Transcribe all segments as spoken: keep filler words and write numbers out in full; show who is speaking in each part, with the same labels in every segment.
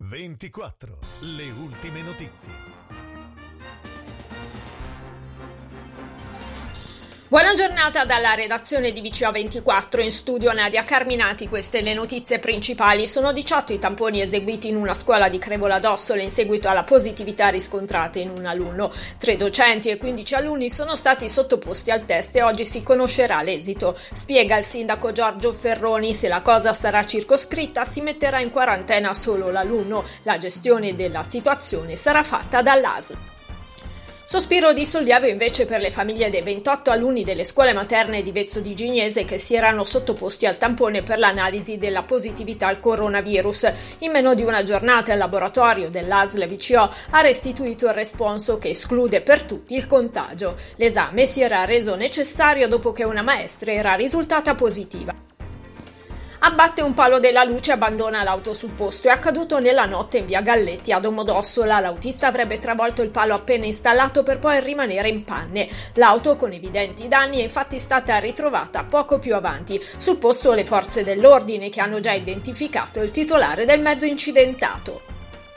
Speaker 1: ventiquattro. Le ultime notizie.
Speaker 2: Buona giornata dalla redazione di V C O ventiquattro, in studio Nadia Carminati. Queste le notizie principali. Sono diciotto i tamponi eseguiti in una scuola di Crevola d'Ossola in seguito alla positività riscontrata in un alunno. Tre docenti e quindici alunni sono stati sottoposti al test e oggi si conoscerà l'esito. Spiega il sindaco Giorgio Ferroni: se la cosa sarà circoscritta si metterà in quarantena solo l'alunno. La gestione della situazione sarà fatta dall'A S L. Sospiro di sollievo invece per le famiglie dei ventotto alunni delle scuole materne di Vezzo di Gignese che si erano sottoposti al tampone per l'analisi della positività al coronavirus. In meno di una giornata il laboratorio dell'A S L V C O ha restituito il responso che esclude per tutti il contagio. L'esame si era reso necessario dopo che una maestra era risultata positiva. Abbatte un palo della luce e abbandona l'auto sul posto. È accaduto nella notte in via Galletti a Domodossola. L'autista avrebbe travolto il palo appena installato per poi rimanere in panne. L'auto, con evidenti danni, è infatti stata ritrovata poco più avanti. Sul posto le forze dell'ordine, che hanno già identificato il titolare del mezzo incidentato.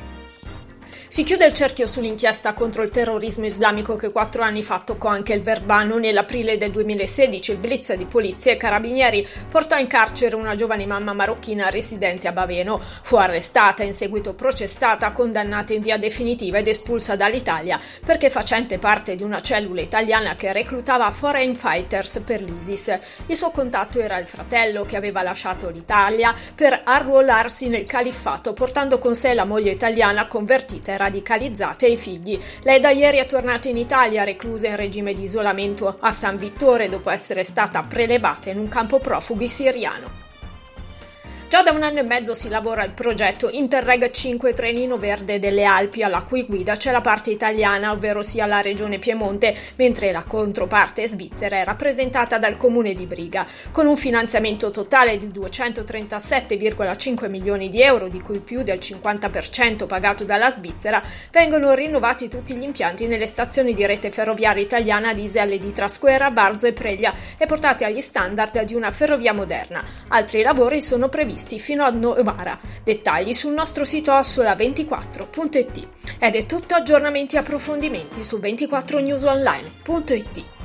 Speaker 2: Si chiude il cerchio sull'inchiesta contro il terrorismo islamico che quattro anni fa toccò anche il Verbano. Nell'aprile del duemilasedici il blitz di polizia e carabinieri portò in carcere una giovane mamma marocchina residente a Baveno. Fu arrestata, in seguito processata, condannata in via definitiva ed espulsa dall'Italia perché facente parte di una cellula italiana che reclutava foreign fighters per l'ISIS. Il suo contatto era il fratello, che aveva lasciato l'Italia per arruolarsi nel califfato, portando con sé la moglie italiana convertita e radicalizzate e i figli. Lei da ieri è tornata in Italia, reclusa in regime di isolamento a San Vittore dopo essere stata prelevata in un campo profughi siriano. Già da un anno e mezzo si lavora al progetto Interreg cinque Trenino Verde delle Alpi, alla cui guida c'è la parte italiana, ovvero sia la regione Piemonte, mentre la controparte svizzera è rappresentata dal comune di Briga. Con un finanziamento totale di duecentotrentasette virgola cinque milioni di euro, di cui più del cinquanta per cento pagato dalla Svizzera, vengono rinnovati tutti gli impianti nelle stazioni di rete ferroviaria italiana diesel di Trasquera, Barzo e Preglia e portati agli standard di una ferrovia moderna. Altri lavori sono previsti fino a Novara. Dettagli sul nostro sito ossola ventiquattro punto it. Ed è tutto. Aggiornamenti e approfondimenti su ventiquattro news online punto it.